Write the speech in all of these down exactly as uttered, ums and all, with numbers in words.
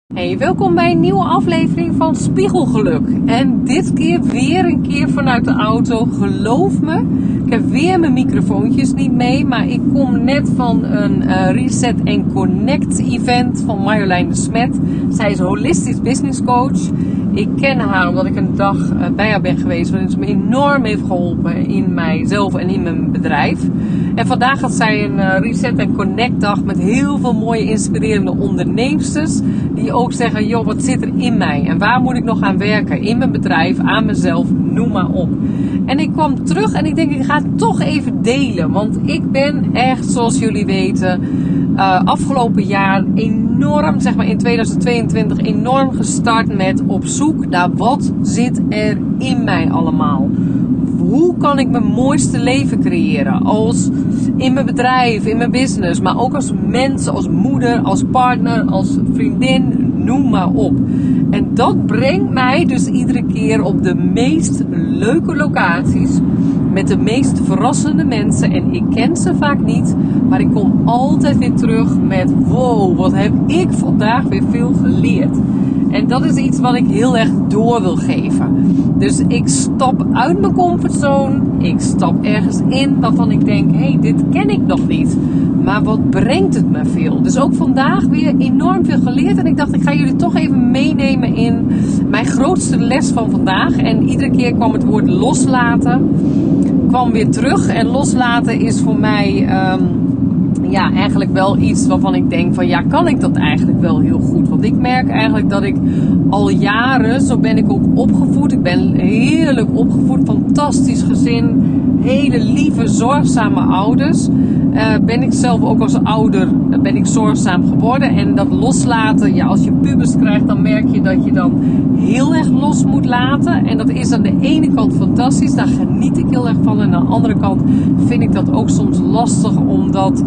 Hey, welkom bij een nieuwe aflevering van Spiegelgeluk. En dit keer weer een keer vanuit de auto. Geloof me, ik heb weer mijn microfoontjes niet mee. Maar ik kom net van een uh, Reset and Connect event van Marjolein de Smet. Zij is holistisch business coach. Ik ken haar omdat ik een dag uh, bij haar ben geweest. Waarin ze me enorm heeft geholpen in mijzelf en in mijn bedrijf. En vandaag had zij een uh, Reset and Connect dag met heel veel mooie inspirerende onderneemsters. Die ook zeggen, joh, wat zit er in mij? En waar moet ik nog aan werken? In mijn bedrijf, aan mezelf, noem maar op. En ik kwam terug en ik denk, ik ga het toch even delen. Want ik ben echt, zoals jullie weten, uh, afgelopen jaar enorm, zeg maar in tweeduizend tweeëntwintig, enorm gestart met op zoek naar wat zit er in mij allemaal. Hoe kan ik mijn mooiste leven creëren? Als in mijn bedrijf, in mijn business, maar ook als mens, als moeder, als partner, als vriendin, noem maar op. En dat brengt mij dus iedere keer op de meest leuke locaties, met de meest verrassende mensen. En ik ken ze vaak niet, maar ik kom altijd weer terug met, wow, wat heb ik vandaag weer veel geleerd. En dat is iets wat ik heel erg door wil geven. Dus ik stap uit mijn comfortzone. Ik stap ergens in waarvan ik denk, hé, hey, dit ken ik nog niet. Maar wat brengt het me veel? Dus ook vandaag weer enorm veel geleerd. En ik dacht, ik ga jullie toch even meenemen in mijn grootste les van vandaag. En iedere keer kwam het woord loslaten. Kwam weer terug. En loslaten is voor mij... Um, Ja, eigenlijk wel iets waarvan ik denk van ja, kan ik dat eigenlijk wel heel goed? Want ik merk eigenlijk dat ik al jaren, zo ben ik ook opgevoed. Ik ben heerlijk opgevoed, fantastisch gezin, hele lieve, zorgzame ouders. Uh, ben ik zelf ook als ouder, ben ik zorgzaam geworden. En dat loslaten, ja, als je pubers krijgt, dan merk je dat je dan heel erg los moet laten. En dat is aan de ene kant fantastisch, daar geniet ik heel erg van. En aan de andere kant vind ik dat ook soms lastig, omdat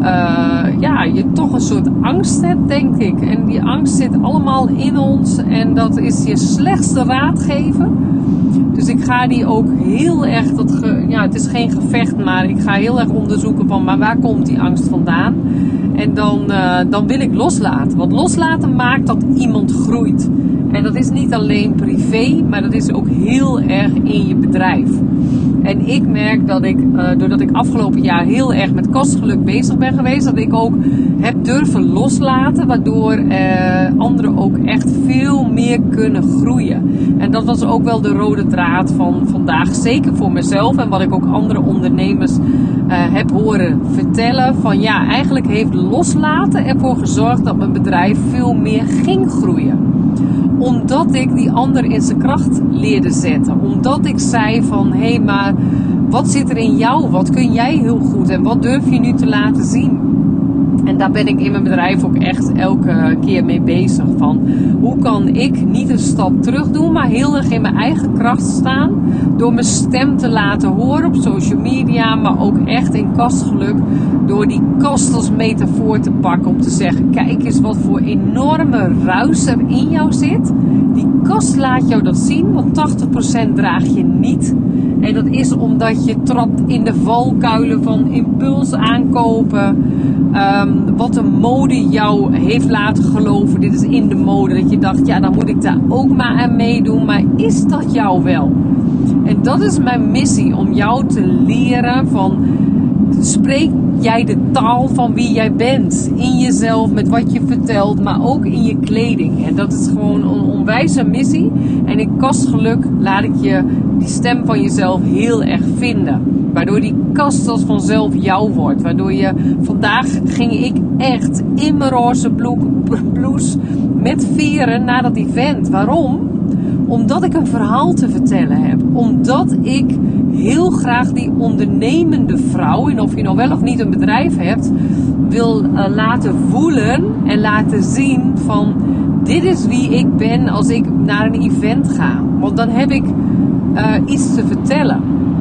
uh, ja, je toch een soort angst hebt, denk ik. En die angst zit allemaal in ons en dat is je slechtste raadgever. Dus ik ga die ook heel erg, dat ge, ja, het is geen gevecht, maar ik ga heel erg onderzoeken van, maar waar komt die angst vandaan? En dan, uh, dan wil ik loslaten. Want loslaten maakt dat iemand groeit. En dat is niet alleen privé, maar dat is ook heel erg in je bedrijf. En ik merk dat ik, uh, doordat ik afgelopen jaar heel erg met kostgeluk bezig ben geweest, dat ik ook heb durven loslaten, waardoor uh, anderen ook echt veel meer kunnen groeien. En dat was ook wel de rode draad van vandaag, zeker voor mezelf en wat ik ook andere ondernemers uh, heb horen vertellen. Van ja, eigenlijk heeft loslaten ervoor gezorgd dat mijn bedrijf veel meer ging groeien. Omdat ik die ander in zijn kracht leerde zetten. Omdat ik zei van, hé, hey, maar wat zit er in jou? Wat kun jij heel goed? En wat durf je nu te laten zien? En daar ben ik in mijn bedrijf ook echt elke keer mee bezig. Van, hoe kan ik niet een stap terug doen, maar heel erg in mijn eigen kracht staan. Door mijn stem te laten horen op social media, maar ook echt in kastgeluk. Door die kast als metafoor te pakken om te zeggen, kijk eens wat voor enorme ruis er in jou zit. Die kast laat jou dat zien, want tachtig procent draag je niet. En dat is omdat je trapt in de valkuilen van impuls aankopen. Um, wat de mode jou heeft laten geloven. Dit is in de mode. Dat je dacht, ja, dan moet ik daar ook maar aan meedoen. Maar is dat jou wel? En dat is mijn missie. Om jou te leren van... Spreek jij de taal van wie jij bent. In jezelf, met wat je vertelt. Maar ook in je kleding. En dat is gewoon een onwijze missie. En in kastgeluk laat ik je die stem van jezelf heel erg vinden. Waardoor die kast als vanzelf jou wordt. Waardoor je... Vandaag ging ik echt in mijn roze blouse met veren naar dat event. Waarom? Omdat ik een verhaal te vertellen heb. Omdat ik heel graag die ondernemende vrouw, en of je nou wel of niet een bedrijf hebt, wil uh, laten voelen en laten zien van, dit is wie ik ben als ik naar een event ga. Want dan heb ik uh, iets te vertellen.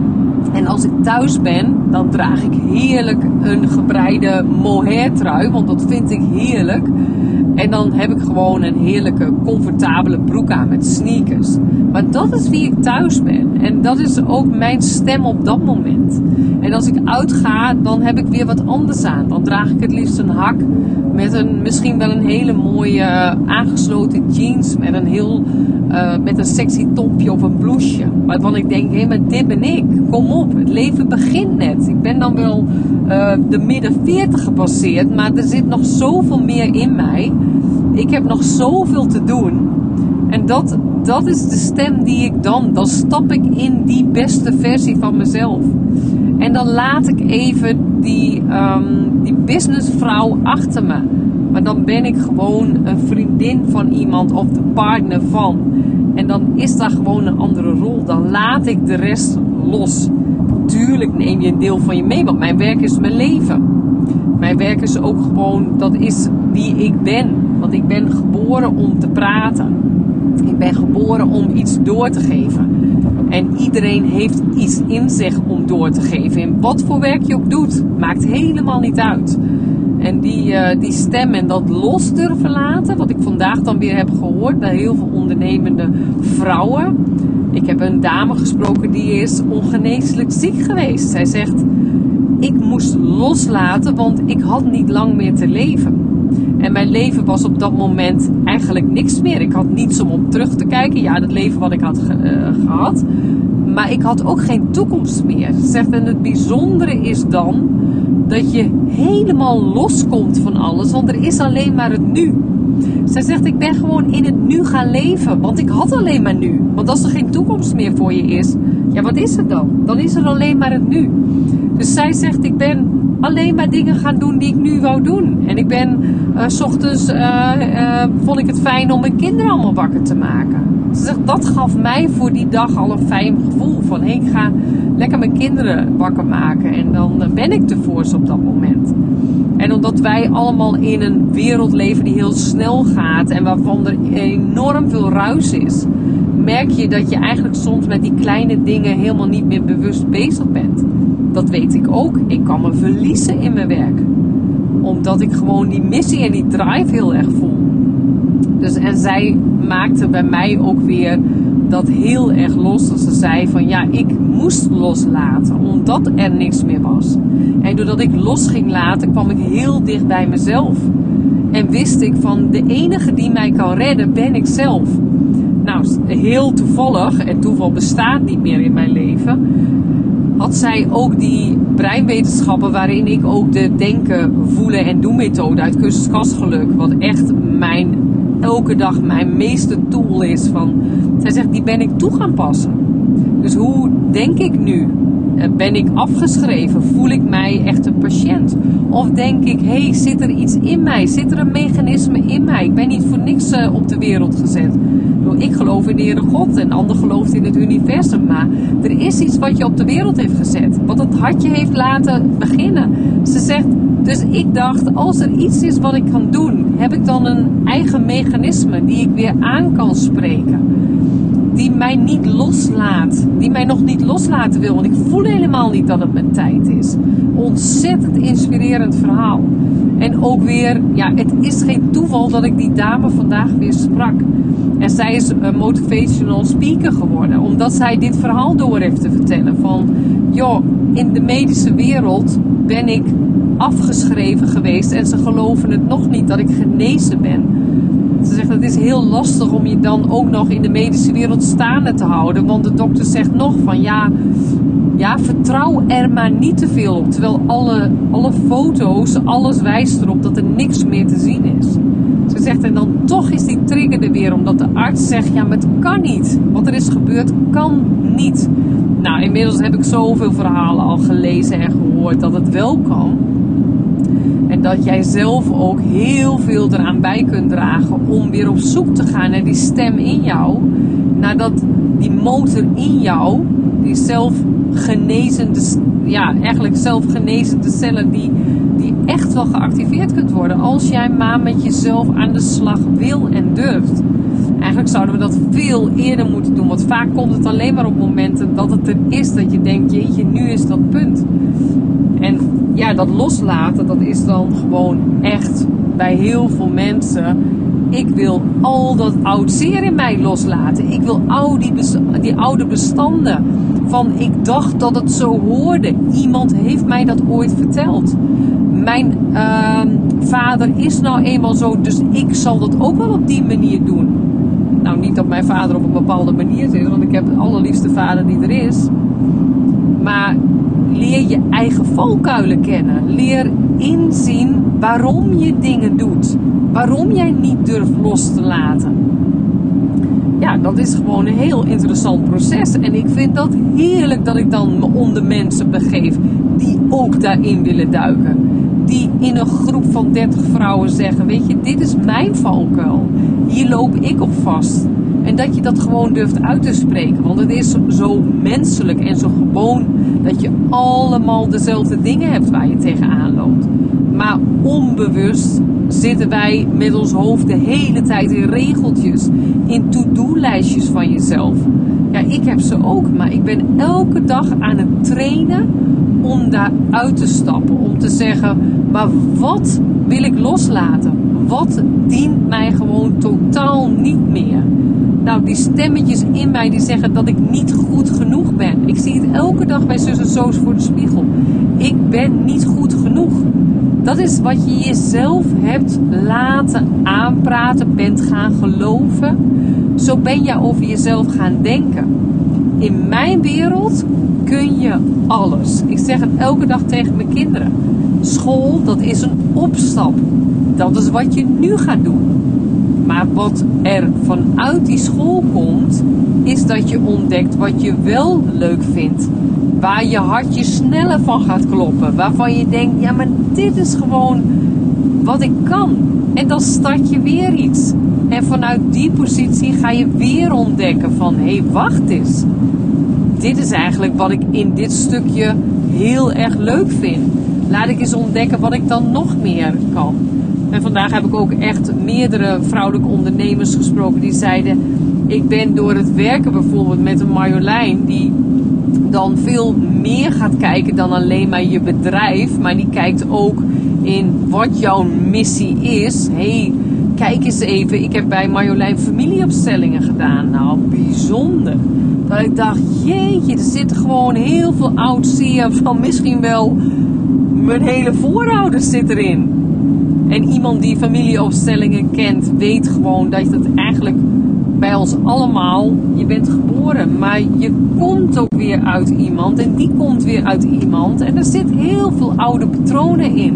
En als ik thuis ben, dan draag ik heerlijk een gebreide mohair trui, want dat vind ik heerlijk. En dan heb ik gewoon een heerlijke, comfortabele broek aan met sneakers. Maar dat is wie ik thuis ben. En dat is ook mijn stem op dat moment. En als ik uitga, dan heb ik weer wat anders aan. Dan draag ik het liefst een hak met een, misschien wel een hele mooie aangesloten jeans. Met een heel, uh, met een sexy topje of een blouseje. Waarvan ik denk, hé, hey, maar dit ben ik. Kom op, het leven begint net. Ik ben dan wel uh, de midden veertig gepasseerd. Maar er zit nog zoveel meer in mij. Ik heb nog zoveel te doen. En dat, dat is de stem die ik dan... Dan stap ik in die beste versie van mezelf. En dan laat ik even die, um, die businessvrouw achter me. Maar dan ben ik gewoon een vriendin van iemand of de partner van. En dan is daar gewoon een andere rol. Dan laat ik de rest los. Tuurlijk neem je een deel van je mee, want mijn werk is mijn leven. Mijn werk is ook gewoon, dat is wie ik ben. Want ik ben geboren om te praten. Ik ben geboren om iets door te geven. En iedereen heeft iets in zich om door te geven. En wat voor werk je ook doet, maakt helemaal niet uit. En die, uh, die stem en dat los durven laten, wat ik vandaag dan weer heb gehoord bij heel veel ondernemende vrouwen. Ik heb een dame gesproken die is ongeneeslijk ziek geweest. Zij zegt, ik moest loslaten, want ik had niet lang meer te leven. En mijn leven was op dat moment eigenlijk niks meer. Ik had niets om op terug te kijken. Ja, het leven wat ik had ge- uh, gehad. Maar ik had ook geen toekomst meer. Ze zegt, en het bijzondere is dan dat je helemaal loskomt van alles. Want er is alleen maar het nu. Zij zegt, ik ben gewoon in het nu gaan leven. Want ik had alleen maar nu. Want als er geen toekomst meer voor je is, ja, wat is het dan? Dan is er alleen maar het nu. Dus zij zegt, ik ben alleen maar dingen gaan doen die ik nu wou doen. En ik ben, uh, 's ochtends uh, uh, vond ik het fijn om mijn kinderen allemaal wakker te maken. Ze zegt, dat gaf mij voor die dag al een fijn gevoel. Van, hé, hey, ik ga lekker mijn kinderen wakker maken. En dan uh, ben ik tevoor op dat moment. En omdat wij allemaal in een wereld leven die heel snel gaat. En waarvan er enorm veel ruis is. Merk je dat je eigenlijk soms met die kleine dingen helemaal niet meer bewust bezig bent. Dat weet ik ook. Ik kan me verliezen in mijn werk. Omdat ik gewoon die missie en die drive heel erg voel. Dus, en zij maakte bij mij ook weer dat heel erg los. Dat ze zei van ja, ik moest loslaten. Omdat er niks meer was. En doordat ik los ging laten, kwam ik heel dicht bij mezelf. En wist ik van de enige die mij kan redden, ben ik zelf. Nou, heel toevallig, en toeval bestaat niet meer in mijn leven, had zij ook die breinwetenschappen waarin ik ook de denken, voelen en doen methode uit cursus Kastgeluk, wat echt mijn, elke dag mijn meeste tool is van, zij zegt, die ben ik toe gaan passen. Dus hoe denk ik nu? Ben ik afgeschreven? Voel ik mij echt een patiënt? Of denk ik, hé, hey, zit er iets in mij? Zit er een mechanisme in mij? Ik ben niet voor niks uh, op de wereld gezet. Ik geloof in de Heere God en ander gelooft in het universum. Maar er is iets wat je op de wereld heeft gezet. Wat het hartje heeft laten beginnen. Ze zegt, dus ik dacht, als er iets is wat ik kan doen, heb ik dan een eigen mechanisme die ik weer aan kan spreken. Die mij niet loslaat. Die mij nog niet loslaten wil. Want ik voel helemaal niet dat het mijn tijd is. Ontzettend inspirerend verhaal. En ook weer, ja, het is geen toeval dat ik die dame vandaag weer sprak. En zij is een motivational speaker geworden. Omdat zij dit verhaal door heeft te vertellen. Van, joh, in de medische wereld ben ik afgeschreven geweest. En ze geloven het nog niet dat ik genezen ben. Ze zegt, het is heel lastig om je dan ook nog in de medische wereld staande te houden. Want de dokter zegt nog van, ja, ja, vertrouw er maar niet te veel op. Terwijl alle, alle foto's, alles wijst erop dat er niks meer te zien is. Ze zegt, en dan toch is die trigger er weer. Omdat de arts zegt, ja, maar het kan niet. Wat er is gebeurd, kan niet. Nou, inmiddels heb ik zoveel verhalen al gelezen en gehoord dat het wel kan. En dat jij zelf ook heel veel eraan bij kunt dragen om weer op zoek te gaan naar die stem in jou. Naar dat, die motor in jou, die zelfgenezende, ja, eigenlijk zelfgenezende cellen die, die echt wel geactiveerd kunt worden. Als jij maar met jezelf aan de slag wil en durft. Eigenlijk zouden we dat veel eerder moeten doen. Want vaak komt het alleen maar op momenten dat het er is. Dat je denkt, jeetje, nu is dat punt. En ja, dat loslaten, dat is dan gewoon echt bij heel veel mensen. Ik wil al dat oud zeer in mij loslaten. Ik wil al die, die oude bestanden. Van ik dacht dat het zo hoorde. Iemand heeft mij dat ooit verteld. Mijn uh, vader is nou eenmaal zo, dus ik zal dat ook wel op die manier doen. Nou, niet dat mijn vader op een bepaalde manier is, want ik heb de allerliefste vader die er is. Maar leer je eigen valkuilen kennen. Leer inzien waarom je dingen doet. Waarom jij niet durft los te laten. Ja, dat is gewoon een heel interessant proces. En ik vind dat heerlijk dat ik dan me onder mensen begeef die ook daarin willen duiken. Die in een groep van dertig vrouwen zeggen, weet je, dit is mijn valkuil. Hier loop ik op vast. En dat je dat gewoon durft uit te spreken. Want het is zo menselijk en zo gewoon dat je allemaal dezelfde dingen hebt waar je tegenaan loopt. Maar onbewust zitten wij met ons hoofd de hele tijd in regeltjes. In to-do-lijstjes van jezelf. Ja, ik heb ze ook. Maar ik ben elke dag aan het trainen om daar uit te stappen. Om te zeggen, maar wat wil ik loslaten? Wat dient mij gewoon totaal niet meer? Nou, die stemmetjes in mij die zeggen dat ik niet goed genoeg ben. Ik zie het elke dag bij Zus en Soos voor de spiegel. Ik ben niet goed genoeg. Dat is wat je jezelf hebt laten aanpraten, bent gaan geloven. Zo ben je over jezelf gaan denken. In mijn wereld kun je alles. Ik zeg het elke dag tegen mijn kinderen. School, dat is een opstap. Dat is wat je nu gaat doen. Maar wat er vanuit die school komt, is dat je ontdekt wat je wel leuk vindt. Waar je hartje sneller van gaat kloppen. Waarvan je denkt, ja maar dit is gewoon wat ik kan. En dan start je weer iets. En vanuit die positie ga je weer ontdekken van, hé hey, wacht eens. Dit is eigenlijk wat ik in dit stukje heel erg leuk vind. Laat ik eens ontdekken wat ik dan nog meer kan. En vandaag heb ik ook echt meerdere vrouwelijke ondernemers gesproken die zeiden, ik ben door het werken bijvoorbeeld met een Marjolein die dan veel meer gaat kijken dan alleen maar je bedrijf. Maar die kijkt ook in wat jouw missie is. Hey, kijk eens even. Ik heb bij Marjolein familieopstellingen gedaan. Nou, bijzonder. Dat ik dacht, jeetje, er zitten gewoon heel veel oud zeer van misschien wel mijn hele voorouders zit erin. En iemand die familieopstellingen kent, weet gewoon dat het eigenlijk bij ons allemaal, je bent geboren, maar je komt ook weer uit iemand en die komt weer uit iemand. En er zit heel veel oude patronen in,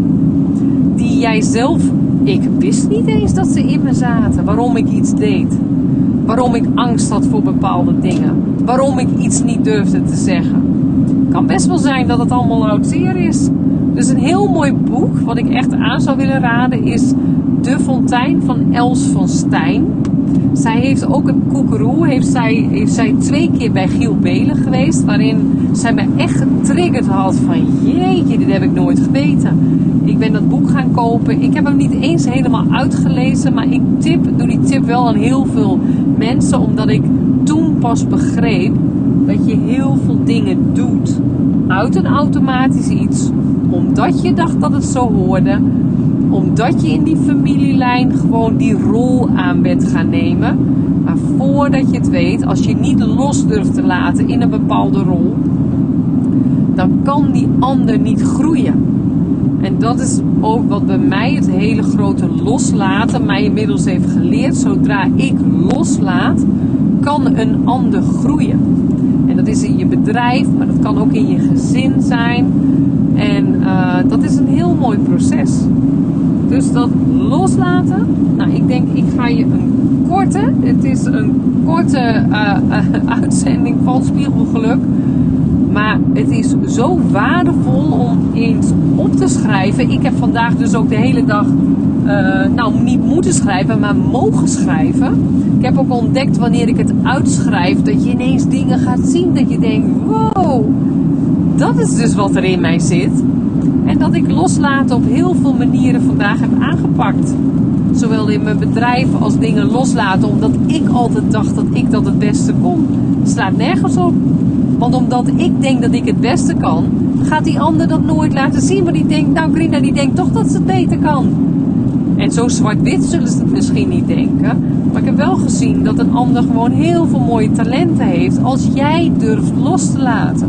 die jij zelf, ik wist niet eens dat ze in me zaten, waarom ik iets deed. Waarom ik angst had voor bepaalde dingen. Waarom ik iets niet durfde te zeggen. Het kan best wel zijn dat het allemaal oud zeer is. Dus een heel mooi boek, wat ik echt aan zou willen raden, is De Fontein van Els van Stijn. Zij heeft ook een koekeroe, heeft zij, heeft zij twee keer bij Giel Belen geweest, waarin zij me echt getriggerd had van jeetje, dit heb ik nooit geweten. Ik ben dat boek gaan kopen. Ik heb hem niet eens helemaal uitgelezen, maar ik tip, doe die tip wel aan heel veel mensen, omdat ik toen pas begreep dat je heel veel dingen doet uit een automatisch iets, omdat je dacht dat het zo hoorde, omdat je in die familielijn gewoon die rol aan bent gaan nemen. Maar voordat je het weet, als je niet los durft te laten in een bepaalde rol, dan kan die ander niet groeien. En dat is ook wat bij mij het hele grote loslaten mij inmiddels heeft geleerd. Zodra ik loslaat, kan een ander groeien. En dat is in je bedrijf, maar dat kan ook in je gezin zijn. En uh, dat is een heel mooi proces. Dus dat loslaten, nou ik denk ik ga je een korte, het is een korte uh, uh, uitzending van Spiegelgeluk. Maar het is zo waardevol om eens op te schrijven. Ik heb vandaag dus ook de hele dag, uh, nou niet moeten schrijven, maar mogen schrijven. Ik heb ook ontdekt wanneer ik het uitschrijf, dat je ineens dingen gaat zien. Dat je denkt, wow, dat is dus wat er in mij zit. En dat ik loslaten op heel veel manieren vandaag heb aangepakt. Zowel in mijn bedrijf als dingen loslaten. Omdat ik altijd dacht dat ik dat het beste kon. Slaat nergens op. Want omdat ik denk dat ik het beste kan, gaat die ander dat nooit laten zien. Maar die denkt, nou Grina die denkt toch dat ze het beter kan. En zo zwart-wit zullen ze het misschien niet denken. Maar ik heb wel gezien dat een ander gewoon heel veel mooie talenten heeft. Als jij durft los te laten.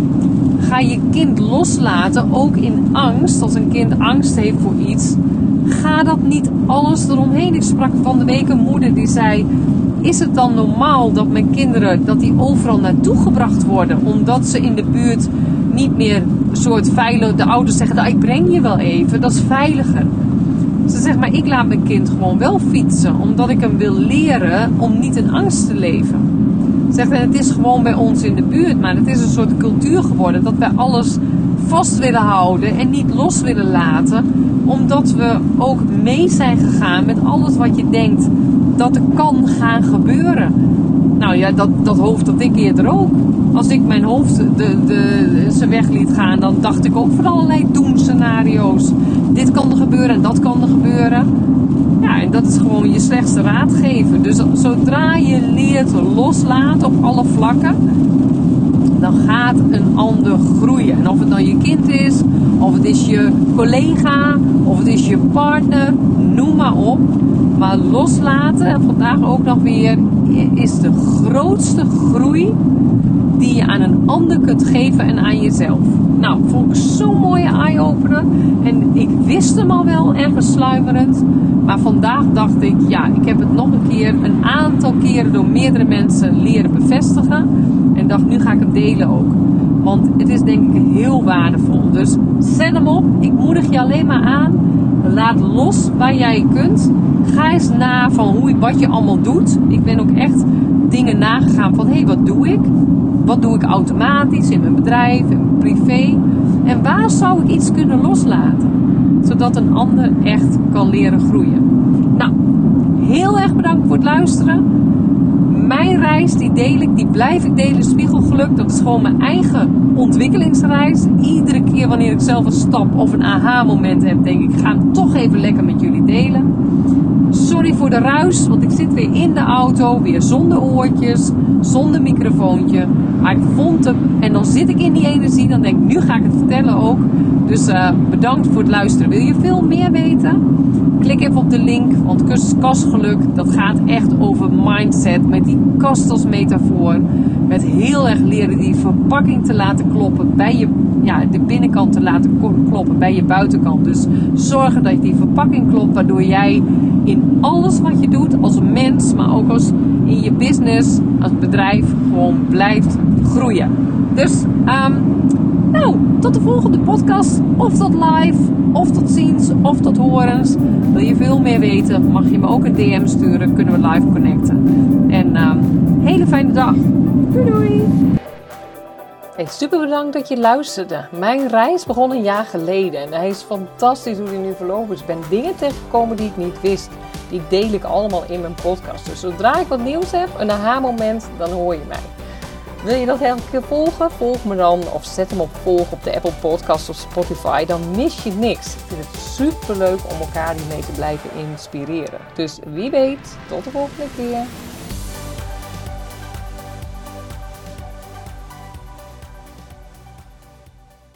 Ga je kind loslaten, ook in angst. Als een kind angst heeft voor iets, ga dat niet alles eromheen. Ik sprak van de week een moeder die zei, is het dan normaal dat mijn kinderen, dat die overal naartoe gebracht worden, omdat ze in de buurt niet meer een soort veilig, de ouders zeggen, nou, ik breng je wel even, dat is veiliger. Ze zegt, maar ik laat mijn kind gewoon wel fietsen, omdat ik hem wil leren om niet in angst te leven. Ze zegt, en het is gewoon bij ons in de buurt, maar het is een soort cultuur geworden dat wij alles vast willen houden en niet los willen laten, omdat we ook mee zijn gegaan met alles wat je denkt dat er kan gaan gebeuren. Nou ja, dat, dat hoofd dat ik eerder ook. Als ik mijn hoofd de, de, zijn weg liet gaan, dan dacht ik ook van allerlei doemscenario's. Dit kan er gebeuren en dat kan er gebeuren. Ja, en dat is gewoon je slechtste raadgever. Dus zodra je leert loslaten op alle vlakken, dan gaat een ander groeien. En of het dan je kind is, of het is je collega, of het is je partner, noem maar op. Maar loslaten, en vandaag ook nog weer, is de grootste groei die je aan een ander kunt geven en aan jezelf. Nou, vond ik zo'n mooie eye-opener. En ik wist hem al wel ergens sluimerend. Maar vandaag dacht ik, ja, ik heb het nog een keer, een aantal keren door meerdere mensen leren bevestigen. En dacht, nu ga ik hem delen ook. Want het is denk ik heel waardevol. Dus zet hem op. Ik moedig je alleen maar aan. Laat los waar jij kunt. Ga eens na van hoe, wat je allemaal doet. Ik ben ook echt dingen nagegaan van, hé, hey, wat doe ik? Wat doe ik automatisch in mijn bedrijf, in mijn privé? En waar zou ik iets kunnen loslaten? Zodat een ander echt kan leren groeien. Nou, heel erg bedankt voor het luisteren. Mijn reis, die deel ik, die blijf ik delen. Spiegelgeluk, dat is gewoon mijn eigen ontwikkelingsreis. Iedere keer wanneer ik zelf een stap of een aha-moment heb, denk ik, ik ga hem toch even lekker met jullie delen. Sorry voor de ruis, want ik zit weer in de auto, weer zonder oortjes, zonder microfoontje. Maar ik vond hem, en dan zit ik in die energie, dan denk ik, nu ga ik het vertellen ook. Dus uh, bedankt voor het luisteren. Wil je veel meer weten? Klik even op de link, want cursus Kastgeluk, dat gaat echt over mindset, met die kast als metafoor. Met heel erg leren die verpakking te laten kloppen bij je, ja, de binnenkant te laten kloppen bij je buitenkant. Dus zorgen dat die verpakking klopt, waardoor jij in alles wat je doet als mens, maar ook als in je business, als bedrijf, gewoon blijft groeien. Dus, um, nou, tot de volgende podcast. Of tot live, of tot ziens, of tot horens. Wil je veel meer weten, mag je me ook een D M sturen. Kunnen we live connecten. En um, hele fijne dag. Doei doei. Hey, super bedankt dat je luisterde. Mijn reis begon een jaar geleden. En hij is fantastisch hoe die nu verlopen is. Ik ben dingen tegengekomen die ik niet wist. Die deel ik allemaal in mijn podcast. Dus zodra ik wat nieuws heb, een aha-moment, dan hoor je mij. Wil je dat elke keer volgen? Volg me dan of zet hem op volg op de Apple Podcast of Spotify. Dan mis je niks. Ik vind het super leuk om elkaar hiermee te blijven inspireren. Dus wie weet, tot de volgende keer.